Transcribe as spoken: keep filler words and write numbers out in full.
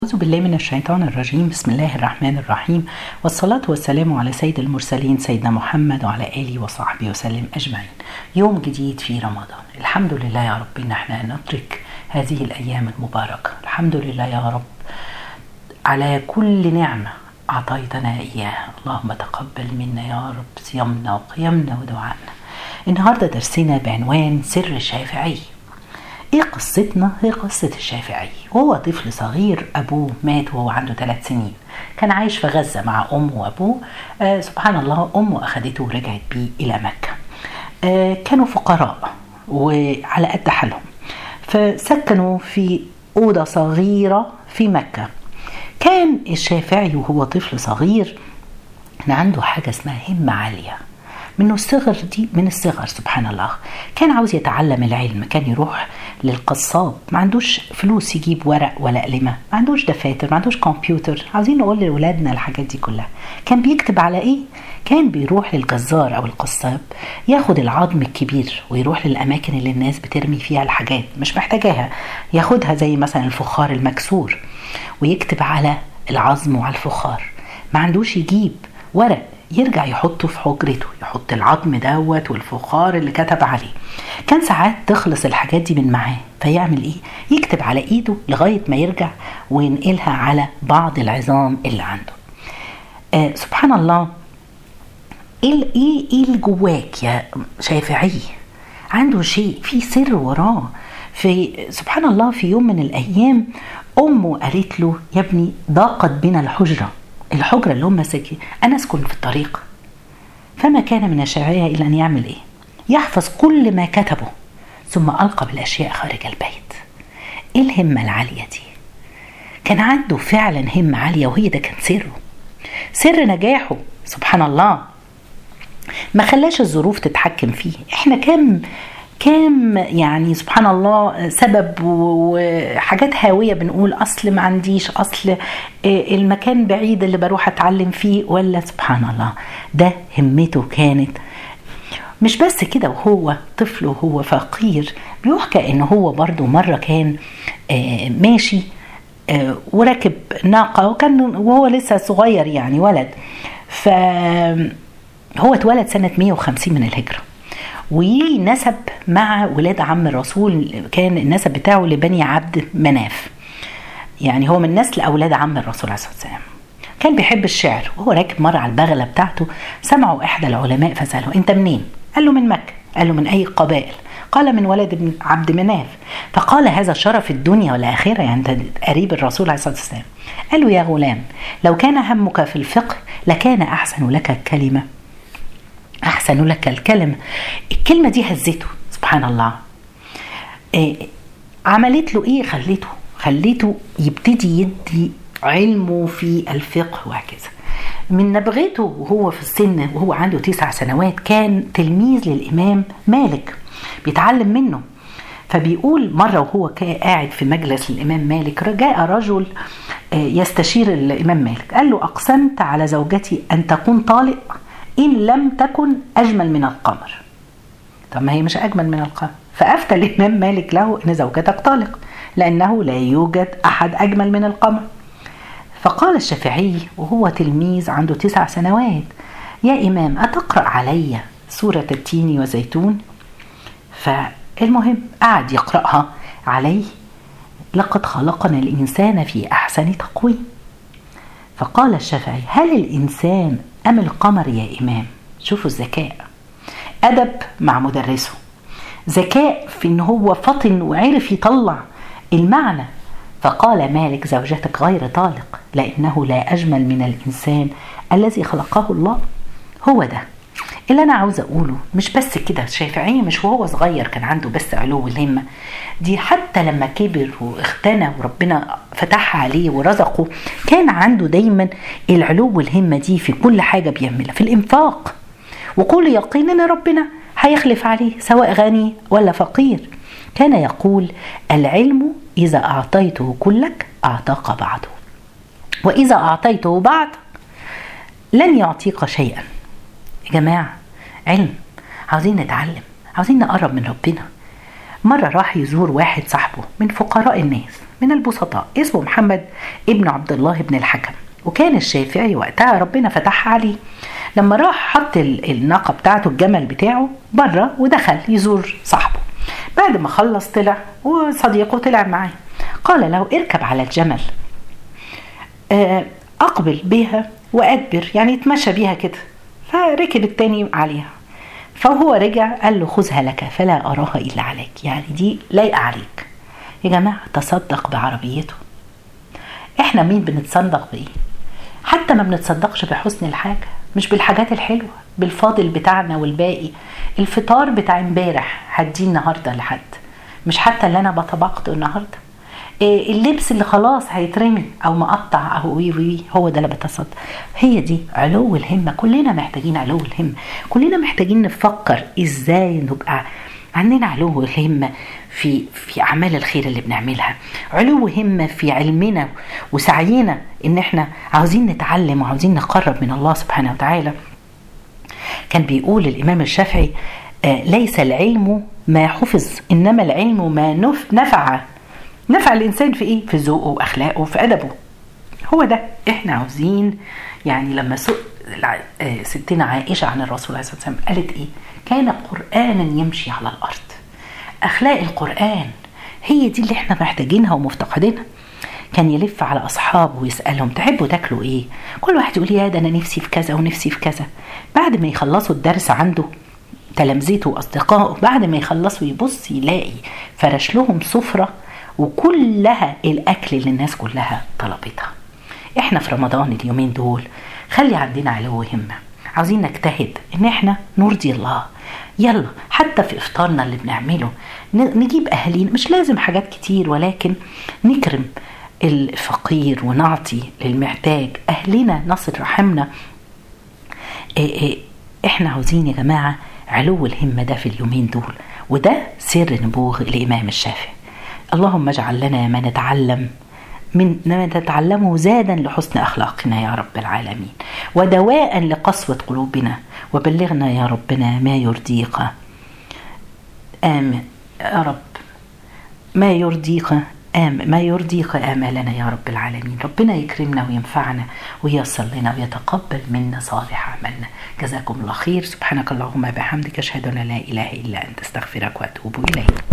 أعوذ بالله من الشيطان الرجيم. بسم الله الرحمن الرحيم، والصلاة والسلام على سيد المرسلين سيدنا محمد وعلى آله وصحبه وسلم أجمعين. يوم جديد في رمضان. الحمد لله يا رب إن احنا ندرك هذه الأيام المباركة. الحمد لله يا رب على كل نعمة أعطيتنا إياها. اللهم تقبل منا يا رب صيامنا وقيامنا ودعائنا. النهاردة درسنا بعنوان سر الشافعي. ايه قصتنا؟ هي قصة الشافعي. وهو طفل صغير أبوه مات وهو عنده ثلاث سنين. كان عايش في غزة مع أمه وأبوه. آه سبحان الله، أمه أخذته ورجعت بيه إلى مكة. آه كانوا فقراء وعلى قد حالهم، فسكنوا في أوضة صغيرة في مكة. كان الشافعي وهو طفل صغير كان عنده حاجة اسمها همة عالية منه الصغر دي من الصغر. سبحان الله، كان عاوز يتعلم العلم. كان يروح للقصاب، ما عندوش فلوس يجيب ورق ولا قلمة، ما عندوش دفاتر، ما عندوش كمبيوتر. عاوزين نقول لأولادنا الحاجات دي كلها. كان بيكتب على ايه؟ كان بيروح للجزار او القصاب، ياخد العظم الكبير ويروح للاماكن اللي الناس بترمي فيها الحاجات مش محتاجاها، ياخدها زي مثلا الفخار المكسور ويكتب على العظم وعلى الفخار. ما عندوش يجيب ورق، يرجع يحطه في حجرته، يحط العظم دوت والفخار اللي كتب عليه. كان ساعات تخلص الحاجات دي من معاه، فيعمل ايه؟ يكتب على ايده لغاية ما يرجع وينقلها على بعض العظام اللي عنده. آه سبحان الله. ايه ايه ايه اللي جواك يا شافعي؟ عنده شيء، في سر وراه. في سبحان الله، في يوم من الايام امه قالت له: يا ابني ضاقت بنا الحجره، الحجرة اللي هم ساكنين، أنا أسكن في الطريق. فما كان من الشافعي إلا أن يعمل إيه؟ يحفظ كل ما كتبه ثم ألقى بالأشياء خارج البيت. إيه الهمة العالية دي؟ كان عنده فعلا همة عالية، وهي ده كان سره، سر نجاحه. سبحان الله، ما خلاش الظروف تتحكم فيه. إحنا كم كام يعني سبحان الله سبب وحاجات هاوية بنقول أصل ما عنديش، أصل المكان بعيد اللي بروح أتعلم فيه، ولا سبحان الله ده همته كانت. مش بس كده، وهو طفل وهو فقير بيحكى إنه هو برضو مرة كان ماشي وركب ناقة، وكان وهو لسه صغير يعني ولد. فهو اتولد سنة مية وخمسين من الهجرة، ونسب مع ولاد عم الرسول. كان النسب بتاعه لبني عبد مناف، يعني هو من نسل أولاد عم الرسول عليه الصلاة والسلام. كان بيحب الشعر، وهو راكب مرة على البغلة بتاعته سمعوا إحدى العلماء فسأله: أنت منين؟ قال له: من مكة. قال له: من أي قبائل؟ قال: من ولد عبد مناف. فقال: هذا شرف الدنيا والآخرة، يعني أنت قريب الرسول عليه الصلاة والسلام. قال له: يا غلام، لو كان همك في الفقه لكان أحسن لك الكلمة أحسن لك الكلمة. الكلمة دي هزته. سبحان الله. إيه عملت له إيه؟ خليته خليته يبتدي يدي علمه في الفقه وهكذا. من نبغته وهو في السن وهو عنده تسع سنوات كان تلميذ للإمام مالك بيتعلم منه. فبيقول مرة وهو قاعد في مجلس الإمام مالك، جاء رجل يستشير الإمام مالك، قال له: أقسمت على زوجتي أن تكون طالق إن لم تكن أجمل من القمر. طب ما هي مش أجمل من القمر. فأفتى الإمام مالك له إن زوجتك طالق، لأنه لا يوجد أحد أجمل من القمر. فقال الشافعي وهو تلميذ عنده تسع سنوات: يا إمام، أتقرأ علي سورة التين والزيتون؟ فالمهم قعد يقرأها عليه: لقد خلقنا الإنسان في أحسن تقويم. فقال الشافعي: هل الإنسان أم القمر يا إمام؟ شوفوا الذكاء، أدب مع مدرسه، ذكاء في إن هو فطن وعرف يطلع المعنى. فقال مالك: زوجتك غير طالق، لأنه لا أجمل من الإنسان الذي خلقه الله. هو ده اللي أنا عاوز أقوله. مش بس كده، الشافعي مش وهو صغير كان عنده بس علو الهمة دي، حتى لما كبر واختنى وربنا فتح عليه ورزقه كان عنده دايما العلو والهمة دي في كل حاجة بيعملها. في الإنفاق، وكل يقين أن ربنا هيخلف عليه سواء غني ولا فقير. كان يقول: العلم إذا أعطيته كلك أعطاك بعضه، وإذا أعطيته بعض لن يعطيك شيئا. يا جماعة علم، عاوزين نتعلم، عاوزين نقرب من ربنا. مرة راح يزور واحد صاحبه من فقراء الناس من البسطاء اسمه محمد ابن عبد الله بن الحكم، وكان الشافعي وقتها ربنا فتحها عليه. لما راح حط الناقة بتاعته الجمل بتاعه بره ودخل يزور صاحبه. بعد ما خلص طلع وصديقه طلع معاه، قال له اركب على الجمل، أقبل بها وأدبر، يعني يتمشى بيها كده. فركب التاني عليها، فهو رجع قال له خذها لك فلا أراها إلا عليك، يعني دي لايقة عليك. يا جماعة تصدق بعربيته. احنا مين بنتصدق بإيه؟ حتى ما بنتصدقش بحسن الحاجة، مش بالحاجات الحلوة، بالفاضل بتاعنا والباقي. الفطار بتاع امبارح هديه النهاردة لحد، مش حتى اللي أنا بطبقته النهاردة. اللبس اللي خلاص هيترمي او مقطع او وي وي هو ده اللي بتصدق. هي دي علو الهمة. كلنا محتاجين علو الهمة، كلنا محتاجين نفكر ازاي نبقى عندنا علو الهمة في في اعمال الخير اللي بنعملها، علو همة في علمنا وسعينا ان احنا عاوزين نتعلم وعاوزين نقرب من الله سبحانه وتعالى. كان بيقول الامام الشافعي آه ليس العلم ما حفظ، انما العلم ما نفع نفع الإنسان في إيه؟ في ذوقه وأخلاقه وفي أدبه. هو ده إحنا عاوزين. يعني لما سئل ستنا عائشة عن الرسول عليه الصلاة والسلام قالت إيه؟ كان قرآنا يمشي على الأرض. أخلاق القرآن هي دي اللي إحنا محتاجينها ومفتقدينها. كان يلف على أصحابه ويسألهم تحبوا تاكلوا إيه؟ كل واحد يقول يا ده أنا نفسي في كذا ونفسي في كذا. بعد ما يخلصوا الدرس عنده تلامذته وأصدقائه، بعد ما يخلصوا يبص يلاقي فرش لهم سفرة وكلها الأكل اللي الناس كلها طلبتها. احنا في رمضان اليومين دول خلي عندنا علو همة، عاوزين نجتهد ان احنا نرضي الله. يلا حتى في افطارنا اللي بنعمله نجيب اهالينا، مش لازم حاجات كتير، ولكن نكرم الفقير ونعطي للمحتاج، اهلنا نصل رحمنا. احنا عاوزين يا جماعة علو الهمة ده في اليومين دول، وده سر نبوغ الامام الشافعي. اللهم اجعل لنا ما نتعلم من ما نتعلمه زادا لحسن أخلاقنا يا رب العالمين، ودواء لقسوة قلوبنا، وبلغنا يا ربنا ما يرضيك. آمين يا رب، ما يرضيك آم ما يرضيك آمالنا يا رب العالمين. ربنا يكرمنا وينفعنا وييسر لنا ويتقبل منا صالح أعمالنا. جزاكم الله خير. سبحانك اللهم بحمدك أشهد أن لا إله إلا أنت، استغفرك وأتوب إليك.